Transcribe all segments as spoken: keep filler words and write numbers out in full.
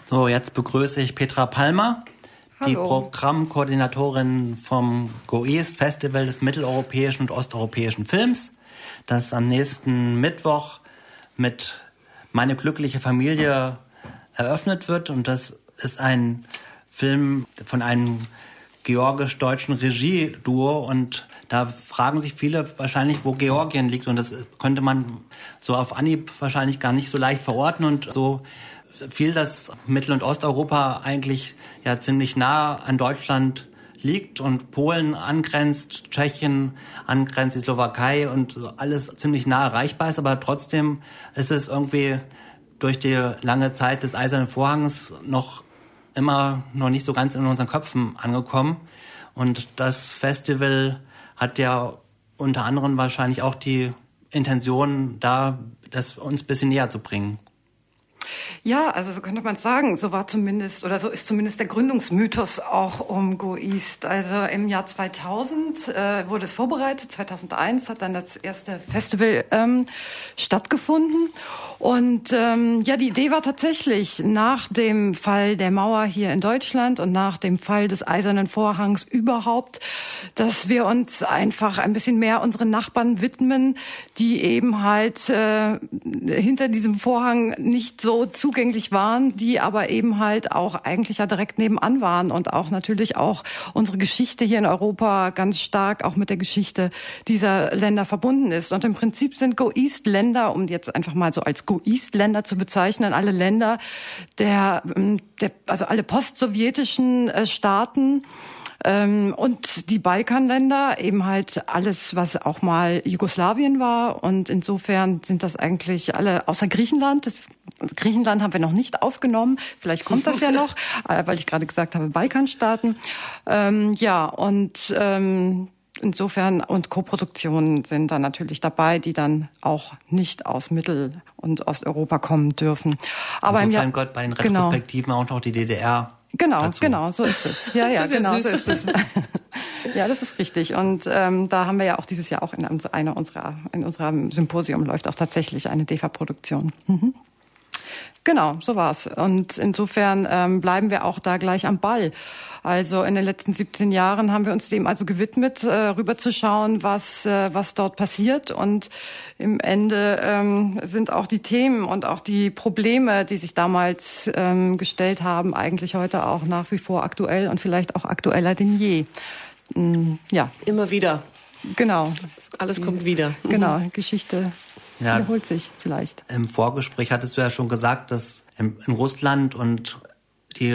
So, jetzt begrüße ich Petra Palmer, die Hallo. Programmkoordinatorin vom Go East Festival des mitteleuropäischen und osteuropäischen Films, das am nächsten Mittwoch mit Meine glückliche Familie eröffnet wird. Und das ist ein Film von einem georgisch-deutschen Regieduo. Und da fragen sich viele wahrscheinlich, wo Georgien liegt. Und das könnte man so auf Anhieb wahrscheinlich gar nicht so leicht verorten. Und so fiel das Mittel- und Osteuropa eigentlich ja ziemlich nah an Deutschland liegt und Polen angrenzt, Tschechien angrenzt, die Slowakei und alles ziemlich nah erreichbar ist. Aber trotzdem ist es irgendwie durch die lange Zeit des Eisernen Vorhangs noch immer noch nicht so ganz in unseren Köpfen angekommen. Und das Festival hat ja unter anderem wahrscheinlich auch die Intention, da das uns ein bisschen näher zu bringen. Ja, also so könnte man sagen, so war zumindest, oder so ist zumindest der Gründungsmythos auch um Go East. Also im Jahr zweitausend äh, wurde es vorbereitet, zweitausendeins hat dann das erste Festival ähm, stattgefunden. Und ähm, ja, die Idee war tatsächlich nach dem Fall der Mauer hier in Deutschland und nach dem Fall des Eisernen Vorhangs überhaupt, dass wir uns einfach ein bisschen mehr unseren Nachbarn widmen, die eben halt äh, hinter diesem Vorhang nicht so zugänglich waren, die aber eben halt auch eigentlich ja direkt nebenan waren und auch natürlich auch unsere Geschichte hier in Europa ganz stark auch mit der Geschichte dieser Länder verbunden ist. Und im Prinzip sind Go East Länder, um jetzt einfach mal so als Go East Länder zu bezeichnen, alle Länder der, der also alle postsowjetischen äh, Staaten, Ähm, und die Balkanländer, eben halt alles, was auch mal Jugoslawien war. Und insofern sind das eigentlich alle, außer Griechenland. Das, Griechenland haben wir noch nicht aufgenommen. Vielleicht kommt das ja noch, äh, weil ich gerade gesagt habe, Balkanstaaten. Ähm, ja, und ähm, insofern, und Koproduktionen sind da natürlich dabei, die dann auch nicht aus Mittel- und Osteuropa kommen dürfen. Aber insofern gehört bei den Retrospektiven genau auch noch die D D R. Genau, dazu. genau, so ist es. Ja, ja, genau, so ist es. Ja, das ist richtig. Und ähm, da haben wir ja auch dieses Jahr auch in einer unserer, in unserem Symposium läuft auch tatsächlich eine D E F A-Produktion. Mhm. Genau, so war's. Und insofern ähm, bleiben wir auch da gleich am Ball. Also in den letzten siebzehn Jahren haben wir uns dem also gewidmet, äh, rüberzuschauen, was äh, was dort passiert. Und im Ende ähm, sind auch die Themen und auch die Probleme, die sich damals ähm, gestellt haben, eigentlich heute auch nach wie vor aktuell und vielleicht auch aktueller denn je. Mm, ja. Immer wieder. Genau. Alles kommt wieder. Genau, Geschichte ja, wiederholt sich vielleicht. Im Vorgespräch hattest du ja schon gesagt, dass in, in Russland und die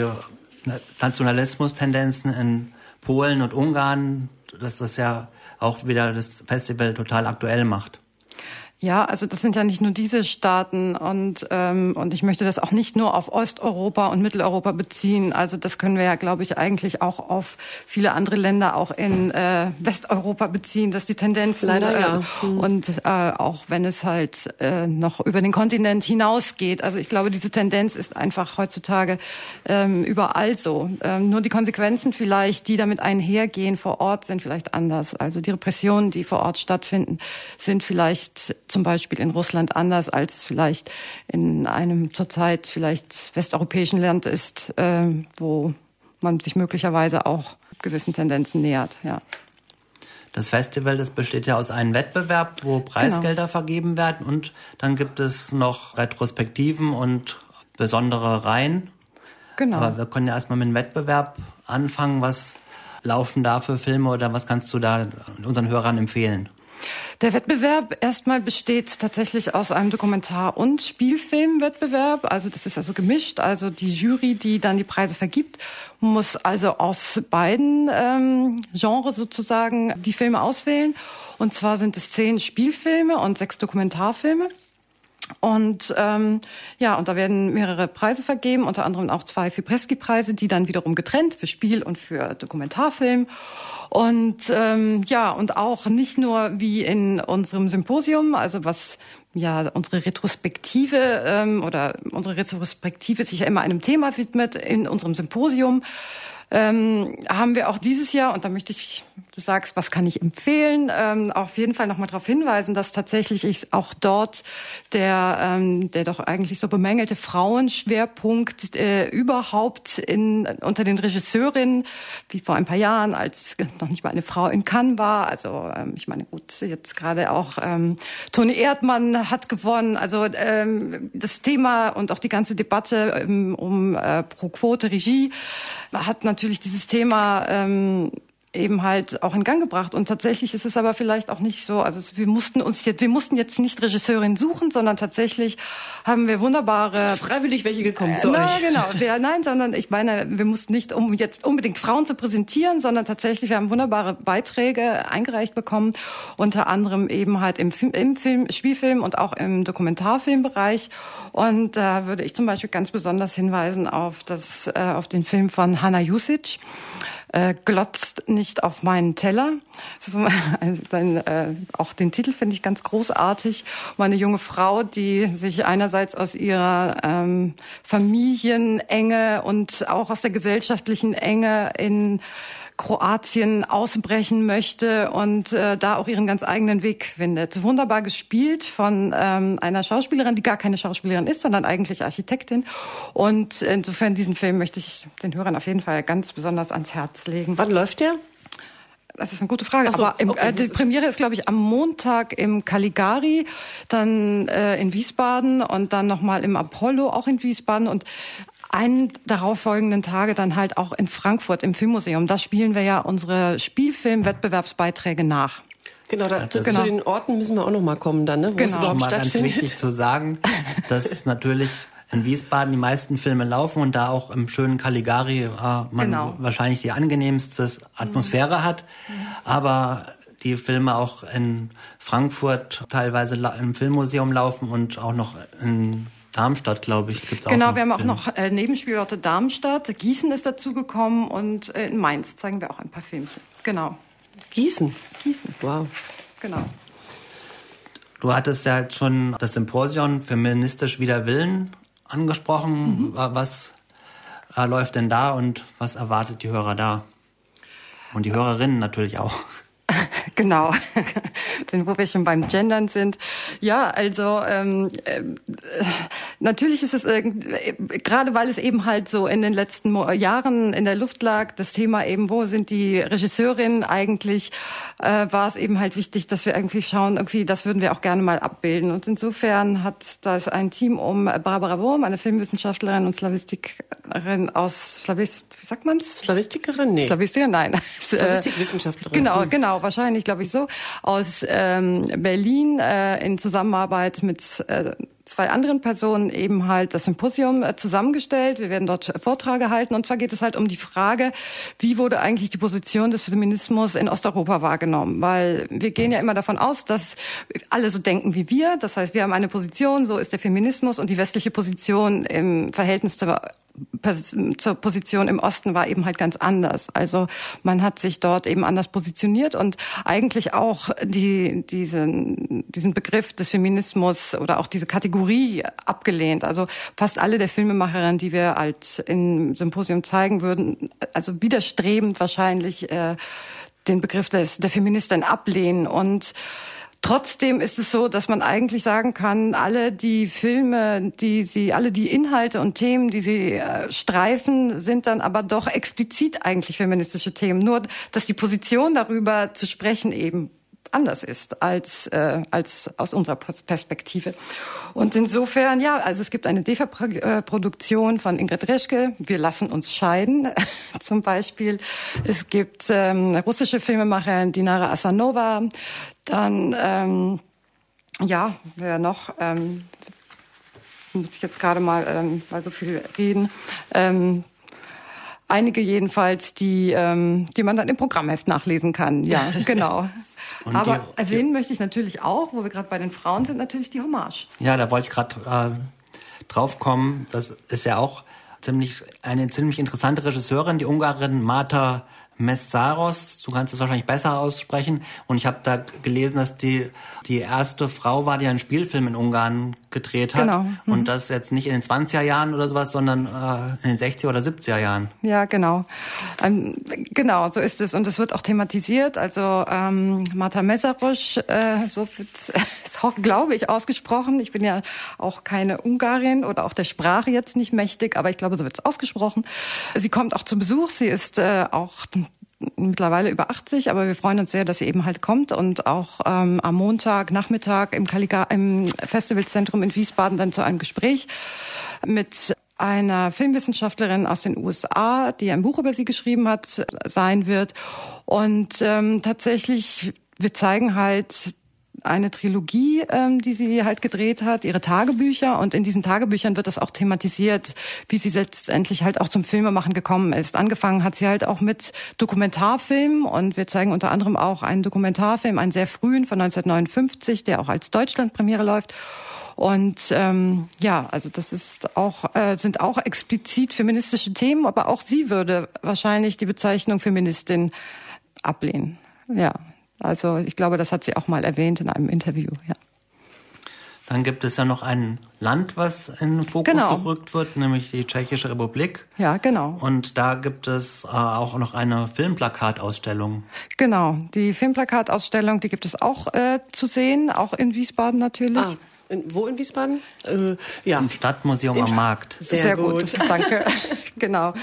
Nationalismus-Tendenzen in Polen und Ungarn, dass das ja auch wieder das Festival total aktuell macht. Ja, also das sind ja nicht nur diese Staaten und ähm, und ich möchte das auch nicht nur auf Osteuropa und Mitteleuropa beziehen. Also das können wir ja, glaube ich, eigentlich auch auf viele andere Länder auch in äh, Westeuropa beziehen, dass die Tendenzen leider ja äh, mhm. und äh, auch wenn es halt äh, noch über den Kontinent hinausgeht. Also ich glaube, diese Tendenz ist einfach heutzutage ähm, überall so. Ähm, nur die Konsequenzen vielleicht, die damit einhergehen vor Ort, sind vielleicht anders. Also die Repressionen, die vor Ort stattfinden, sind vielleicht zum Beispiel in Russland anders, als es vielleicht in einem zurzeit vielleicht westeuropäischen Land ist, äh, wo man sich möglicherweise auch gewissen Tendenzen nähert. Ja. Das Festival, das besteht ja aus einem Wettbewerb, wo Preisgelder genau. vergeben werden und dann gibt es noch Retrospektiven und besondere Reihen. Genau. Aber wir können ja erstmal mit dem Wettbewerb anfangen. Was laufen da für Filme oder was kannst du da unseren Hörern empfehlen? Der Wettbewerb erstmal besteht tatsächlich aus einem Dokumentar- und Spielfilmwettbewerb. Also das ist also gemischt. Also die Jury, die dann die Preise vergibt, muss also aus beiden ähm, Genres sozusagen die Filme auswählen. Und zwar sind es zehn Spielfilme und sechs Dokumentarfilme. Und ähm, ja, und da werden mehrere Preise vergeben, unter anderem auch zwei Fipresci-Preise, die dann wiederum getrennt für Spiel und für Dokumentarfilm. Und ähm, ja, und auch nicht nur wie in unserem Symposium, also was ja unsere Retrospektive ähm, oder unsere Retrospektive sich ja immer einem Thema widmet in unserem Symposium. Ähm, haben wir auch dieses Jahr, und da möchte ich du sagst, was kann ich empfehlen, ähm, auf jeden Fall nochmal darauf hinweisen, dass tatsächlich ich auch dort der, ähm, der doch eigentlich so bemängelte Frauenschwerpunkt äh, überhaupt in, unter den Regisseurinnen, wie vor ein paar Jahren, als noch nicht mal eine Frau in Cannes war, also ähm, ich meine, gut, jetzt gerade auch ähm, Toni Erdmann hat gewonnen, also ähm, das Thema und auch die ganze Debatte ähm, um äh, pro Quote Regie hat natürlich dieses Thema ähm, eben halt auch in Gang gebracht. Und tatsächlich ist es aber vielleicht auch nicht so, also wir mussten uns jetzt, wir mussten jetzt nicht Regisseurin suchen, sondern tatsächlich haben wir wunderbare... Freiwillig welche gekommen äh, zu na, euch. genau. Wir, nein, sondern ich meine, wir mussten nicht, um jetzt unbedingt Frauen zu präsentieren, sondern tatsächlich, wir haben wunderbare Beiträge eingereicht bekommen, unter anderem eben halt im, im Film, Spielfilm und auch im Dokumentarfilmbereich. Und da äh, würde ich zum Beispiel ganz besonders hinweisen auf das, äh, auf den Film von Hana Jusic. Äh, glotzt nicht auf meinen Teller. So, dann, äh, auch den Titel finde ich ganz großartig. Um eine junge Frau, die sich einerseits aus ihrer ähm, Familienenge und auch aus der gesellschaftlichen Enge in Kroatien ausbrechen möchte und äh, da auch ihren ganz eigenen Weg findet. Wunderbar gespielt von ähm, einer Schauspielerin, die gar keine Schauspielerin ist, sondern eigentlich Architektin. Und insofern diesen Film möchte ich den Hörern auf jeden Fall ganz besonders ans Herz legen. Wann läuft der? Das ist eine gute Frage. So, aber im, okay, äh, die Premiere ist, glaube ich, am Montag im Caligari, dann äh, in Wiesbaden und dann nochmal im Apollo, auch in Wiesbaden. Und einen darauffolgenden Tage dann halt auch in Frankfurt im Filmmuseum. Da spielen wir ja unsere Spielfilm-Wettbewerbsbeiträge nach. Genau, da, zu, genau. zu den Orten müssen wir auch noch mal kommen dann, ne, wo genau. es überhaupt Schon mal stattfindet. ganz wichtig zu sagen, dass natürlich in Wiesbaden die meisten Filme laufen und da auch im schönen Caligari äh, man genau. wahrscheinlich die angenehmste Atmosphäre mhm. hat. Aber die Filme auch in Frankfurt teilweise im Filmmuseum laufen und auch noch in Darmstadt, glaube ich, gibt's auch Genau, noch wir haben Filme. auch noch äh, Nebenspielorte Darmstadt, Gießen ist dazugekommen und äh, in Mainz zeigen wir auch ein paar Filmchen. Genau. Gießen? Gießen. Wow. Genau. Du hattest ja jetzt schon das Symposion Feministisch wider Willen angesprochen. Mhm. Was äh, läuft denn da und was erwartet die Hörer da? Und die Hörerinnen natürlich auch. Genau, wo wir schon beim Gendern sind. Ja, also ähm, äh, natürlich ist es äh, gerade, weil es eben halt so in den letzten Mo- Jahren in der Luft lag, das Thema eben, wo sind die Regisseurinnen eigentlich, äh, war es eben halt wichtig, dass wir irgendwie schauen, irgendwie, das würden wir auch gerne mal abbilden. Und insofern hat das ein Team um Barbara Wurm, eine Filmwissenschaftlerin und Slawistikerin aus Slavist, wie sagt man's? Slawistikerin? Nee. Slavistikerin, nein. Slawistikwissenschaftlerin. Genau, genau, wahrscheinlich, glaube ich so, aus ähm, Berlin äh, in Zusammenarbeit mit äh, zwei anderen Personen eben halt das Symposium äh, zusammengestellt. Wir werden dort Vorträge halten und zwar geht es halt um die Frage, wie wurde eigentlich die Position des Feminismus in Osteuropa wahrgenommen? Weil wir gehen ja immer davon aus, dass alle so denken wie wir. Das heißt, wir haben eine Position, so ist der Feminismus und die westliche Position im Verhältnis zur zur Position im Osten war eben halt ganz anders. Also man hat sich dort eben anders positioniert und eigentlich auch die, diesen, diesen Begriff des Feminismus oder auch diese Kategorie abgelehnt. Also fast alle der Filmemacherinnen, die wir halt im Symposium zeigen würden, also widerstrebend wahrscheinlich äh, den Begriff des, der Feministin ablehnen. Und trotzdem ist es so, dass man eigentlich sagen kann, alle die Filme, die sie, alle die Inhalte und Themen, die sie äh, streifen, sind dann aber doch explizit eigentlich feministische Themen. Nur, dass die Position darüber zu sprechen eben anders ist als äh, als aus unserer Perspektive. Und insofern, ja, also es gibt eine D E F A-Produktion von Ingrid Reschke, Wir lassen uns scheiden, zum Beispiel. Es gibt ähm, russische Filmemacherin Dinara Asanova. Dann, ähm, ja, wer noch? Ähm, muss ich jetzt gerade mal, ähm, weil so viel reden. Ähm, einige jedenfalls, die, ähm, die man dann im Programmheft nachlesen kann. Ja, genau. Und aber die, erwähnen die, möchte ich natürlich auch, wo wir gerade bei den Frauen sind, natürlich die Hommage. Ja, da wollte ich gerade äh, drauf kommen. Das ist ja auch ziemlich eine ziemlich interessante Regisseurin, die Ungarin Marta Meszaros, du kannst es wahrscheinlich besser aussprechen. Und ich habe da gelesen, dass die die erste Frau war, die einen Spielfilm in Ungarn gedreht hat. Genau. Mhm. Und das jetzt nicht in den zwanziger Jahren oder sowas, sondern äh, in den sechziger oder siebziger Jahren. Ja, genau. Ähm, genau, so ist es. Und es wird auch thematisiert. Also ähm, Marta Meszaros, äh, so wird es auch, glaube ich, ausgesprochen. Ich bin ja auch keine Ungarin oder auch der Sprache jetzt nicht mächtig, aber ich glaube, so wird es ausgesprochen. Sie kommt auch zu Besuch. Sie ist äh, auch mittlerweile über achtzig, aber wir freuen uns sehr, dass sie eben halt kommt und auch ähm, am Montag Nachmittag im, Kaliga- im Festivalzentrum in Wiesbaden dann zu einem Gespräch mit einer Filmwissenschaftlerin aus den U S A, die ein Buch über sie geschrieben hat, sein wird. Und ähm, tatsächlich, wir zeigen halt eine Trilogie, ähm, die sie halt gedreht hat, ihre Tagebücher. Und in diesen Tagebüchern wird das auch thematisiert, wie sie letztendlich halt auch zum Filmemachen gekommen ist. Angefangen hat sie halt auch mit Dokumentarfilmen. Und wir zeigen unter anderem auch einen Dokumentarfilm, einen sehr frühen von neunzehnhundertneunundfünfzig, der auch als Deutschlandpremiere läuft. Und ähm, ja, also das ist auch äh, sind auch explizit feministische Themen, aber auch sie würde wahrscheinlich die Bezeichnung Feministin ablehnen. Ja. Also ich glaube, das hat sie auch mal erwähnt in einem Interview, ja. Dann gibt es ja noch ein Land, was in den Fokus genau. gerückt wird, nämlich die Tschechische Republik. Ja, genau. Und da gibt es äh, auch noch eine Filmplakatausstellung. Genau, die Filmplakatausstellung, die gibt es auch äh, zu sehen, auch in Wiesbaden natürlich. Ah. In, wo in Wiesbaden? Äh, ja. Im Stadtmuseum Im am Markt. Sehr, Sehr gut. gut, danke. Genau.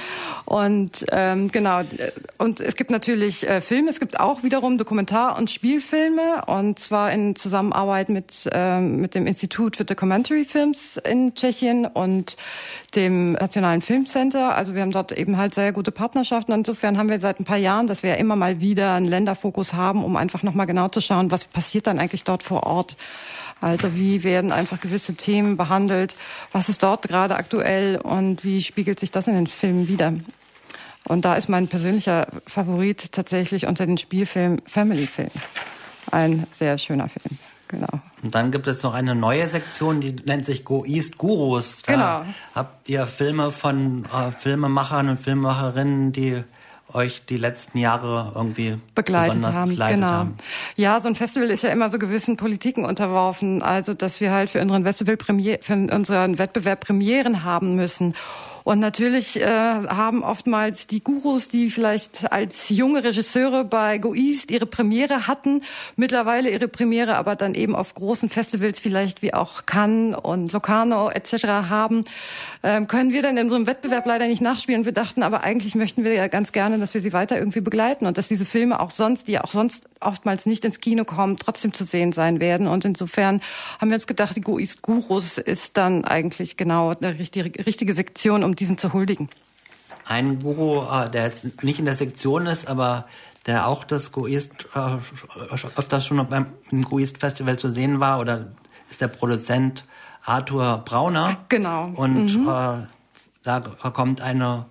Und ähm, genau. Und es gibt natürlich äh, Filme. Es gibt auch wiederum Dokumentar- und Spielfilme. Und zwar in Zusammenarbeit mit ähm, mit dem Institut für Documentary Films in Tschechien und dem Nationalen Filmcenter. Also wir haben dort eben halt sehr gute Partnerschaften. Und insofern haben wir seit ein paar Jahren, dass wir immer mal wieder einen Länderfokus haben, um einfach nochmal genau zu schauen, was passiert dann eigentlich dort vor Ort. Also wie werden einfach gewisse Themen behandelt, was ist dort gerade aktuell und wie spiegelt sich das in den Filmen wider. Und da ist mein persönlicher Favorit tatsächlich unter den Spielfilmen Family Film. Ein sehr schöner Film, genau. Und dann gibt es noch eine neue Sektion, die nennt sich Go East Gurus. Da genau. habt ihr Filme von äh, Filmemachern und Filmemacherinnen, die euch die letzten Jahre irgendwie begleitet besonders haben. begleitet genau. haben. Ja, so ein Festival ist ja immer so gewissen Politiken unterworfen, also dass wir halt für unseren Festival Premier, für unseren Wettbewerb Premieren haben müssen. Und natürlich äh, haben oftmals die Gurus, die vielleicht als junge Regisseure bei Go East ihre Premiere hatten, mittlerweile ihre Premiere aber dann eben auf großen Festivals vielleicht wie auch Cannes und Locarno et cetera haben, ähm, können wir dann in so einem Wettbewerb leider nicht nachspielen. Wir dachten aber eigentlich möchten wir ja ganz gerne, dass wir sie weiter irgendwie begleiten und dass diese Filme auch sonst, die ja auch sonst oftmals nicht ins Kino kommen, trotzdem zu sehen sein werden. Und insofern haben wir uns gedacht, die Go East Gurus ist dann eigentlich genau eine richtige, richtige Sektion, um diesen zu huldigen. Ein Guru, der jetzt nicht in der Sektion ist, aber der auch das Go East äh, öfters schon beim Go East Festival zu sehen war, oder ist der Produzent Arthur Brauner. Genau. Und mhm. äh, da kommt eine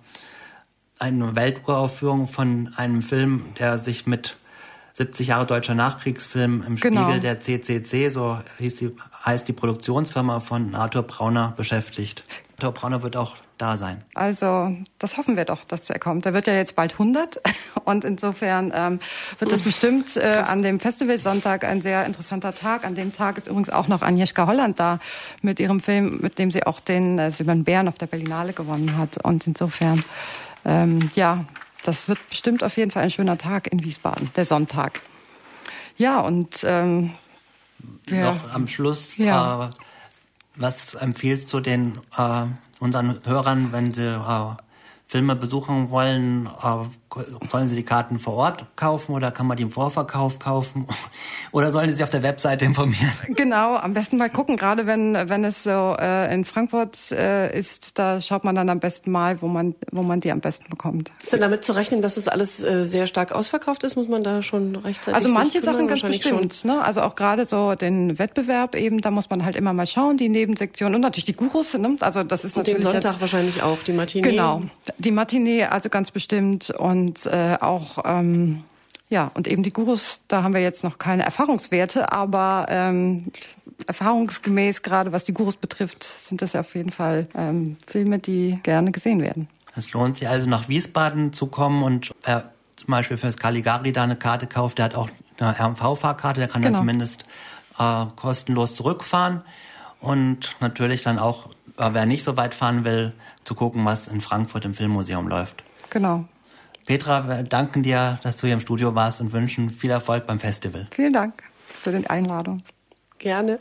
eine Welturaufführung von einem Film, der sich mit siebzig Jahre deutscher Nachkriegsfilm im Spiegel, genau. Der C C C, so hieß die, heißt die Produktionsfirma von Arthur Brauner, beschäftigt. Arthur Brauner wird auch da sein. Also das hoffen wir doch, dass er kommt. Er wird ja jetzt bald hundert und insofern ähm, wird das bestimmt äh, an dem Festivalsonntag ein sehr interessanter Tag. An dem Tag ist übrigens auch noch Agnieszka Holland da mit ihrem Film, mit dem sie auch den äh, Silbernen Bären auf der Berlinale gewonnen hat. Und insofern, ähm, ja, das wird bestimmt auf jeden Fall ein schöner Tag in Wiesbaden, der Sonntag. Ja, und ähm, wir, noch am Schluss, ja. äh, was empfiehlst du den äh, unseren Hörern, wenn sie äh, Filme besuchen wollen? Äh, sollen sie die Karten vor Ort kaufen oder kann man die im Vorverkauf kaufen? Oder sollen sie sich auf der Webseite informieren? Genau, am besten mal gucken, gerade wenn wenn es so äh, in Frankfurt äh, ist, da schaut man dann am besten mal, wo man wo man die am besten bekommt. Ist denn damit zu rechnen, dass es alles äh, sehr stark ausverkauft ist? Muss man da schon rechtzeitig Also manche sich kümmern? Sachen ganz bestimmt, ne? Also auch gerade so den Wettbewerb eben, da muss man halt immer mal schauen, die Nebensektion und natürlich die Gurus, ne? Also das ist und natürlich den Sonntag jetzt, wahrscheinlich auch, die Matinee. Genau, die Matinee, also ganz bestimmt und äh, auch ähm, ja, und eben die Gurus, da haben wir jetzt noch keine Erfahrungswerte, aber ähm, erfahrungsgemäß, gerade was die Gurus betrifft, sind das ja auf jeden Fall ähm, Filme, die gerne gesehen werden. Es lohnt sich also nach Wiesbaden zu kommen und wer zum Beispiel fürs Caligari da eine Karte kauft, der hat auch eine R M V-Fahrkarte, der kann Genau. dann zumindest äh, kostenlos zurückfahren. Und natürlich dann auch, äh, wer nicht so weit fahren will, zu gucken, was in Frankfurt im Filmmuseum läuft. Genau. Petra, wir danken dir, dass du hier im Studio warst und wünschen viel Erfolg beim Festival. Vielen Dank für die Einladung. Gerne.